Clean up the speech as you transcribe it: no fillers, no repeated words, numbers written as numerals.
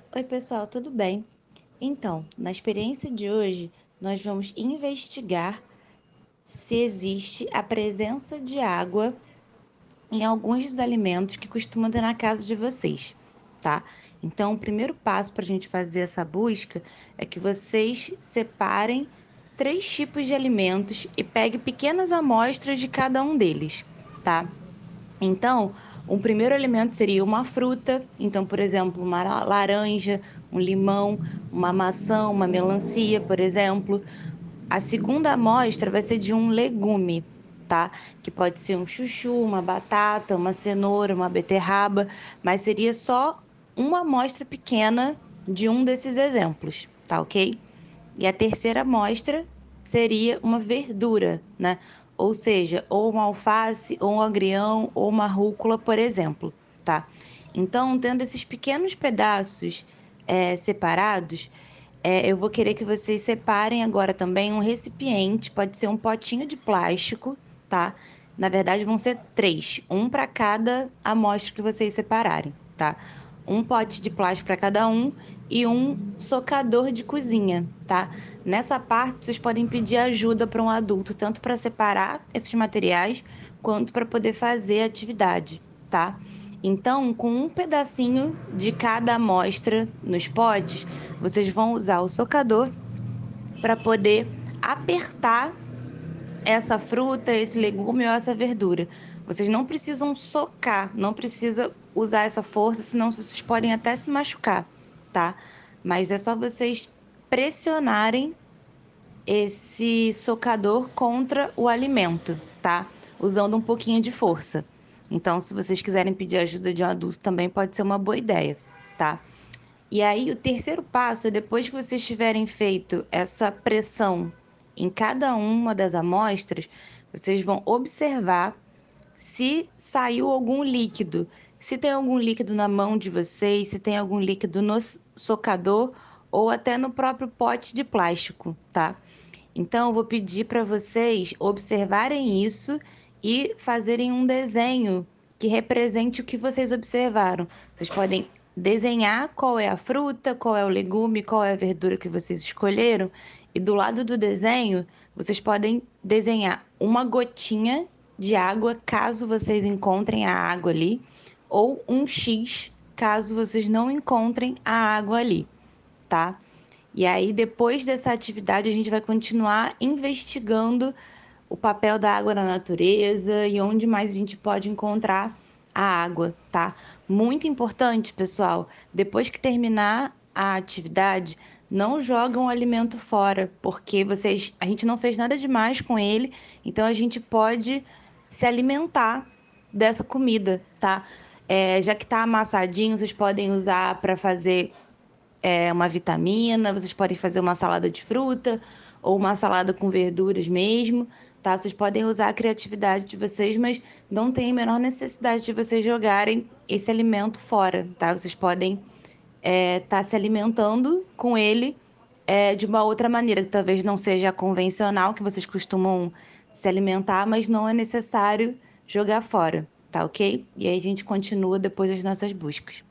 Oi, pessoal, tudo bem? Então, na experiência de hoje, nós vamos investigar se existe a presença de água em alguns dos alimentos que costumam ter na casa de vocês, tá? Então, o primeiro passo para a gente fazer essa busca é que vocês separem três tipos de alimentos e peguem pequenas amostras de cada um deles, tá? Então, um primeiro alimento seria uma fruta, então, por exemplo, uma laranja, um limão, uma maçã, uma melancia, por exemplo. A segunda amostra vai ser de um legume, tá? Que pode ser um chuchu, uma batata, uma cenoura, uma beterraba, mas seria só uma amostra pequena de um desses exemplos, tá ok? E a terceira amostra seria uma verdura, né? Ou seja, ou uma alface, ou um agrião, ou uma rúcula, por exemplo, tá? Então, tendo esses pequenos pedaços separados, eu vou querer que vocês separem agora também um recipiente, pode ser um potinho de plástico, tá? Na verdade, vão ser três, um para cada amostra que vocês separarem, tá? Um pote de plástico para cada um e um socador de cozinha, tá? Nessa parte, vocês podem pedir ajuda para um adulto, tanto para separar esses materiais, quanto para poder fazer a atividade, tá? Então, com um pedacinho de cada amostra nos potes, vocês vão usar o socador para poder apertar essa fruta, esse legume ou essa verdura. Vocês não precisam socar, não precisa usar essa força, senão vocês podem até se machucar, tá? Mas é só vocês pressionarem esse socador contra o alimento, tá? Usando um pouquinho de força. Então, se vocês quiserem pedir ajuda de um adulto, também pode ser uma boa ideia, tá? E aí, o terceiro passo é depois que vocês tiverem feito essa pressão em cada uma das amostras, vocês vão observar se saiu algum líquido. Se tem algum líquido na mão de vocês, se tem algum líquido no socador ou até no próprio pote de plástico, tá? Então, eu vou pedir para vocês observarem isso e fazerem um desenho que represente o que vocês observaram. Vocês podem desenhar qual é a fruta, qual é o legume, qual é a verdura que vocês escolheram, e do lado do desenho, vocês podem desenhar uma gotinha de água, caso vocês encontrem a água ali, ou um X, caso vocês não encontrem a água ali, tá? E aí, depois dessa atividade, a gente vai continuar investigando o papel da água na natureza e onde mais a gente pode encontrar a água, tá? Muito importante, pessoal, depois que terminar a atividade, não jogam o alimento fora, porque a gente não fez nada demais com ele, então a gente pode se alimentar dessa comida, tá? Já que tá amassadinho, vocês podem usar para fazer uma vitamina, vocês podem fazer uma salada de fruta ou uma salada com verduras mesmo, tá? Vocês podem usar a criatividade de vocês, mas não tem a menor necessidade de vocês jogarem esse alimento fora, tá? Vocês podem estar se alimentando com ele de uma outra maneira, que talvez não seja a convencional que vocês costumam se alimentar, mas não é necessário jogar fora, tá ok? E aí a gente continua depois das nossas buscas.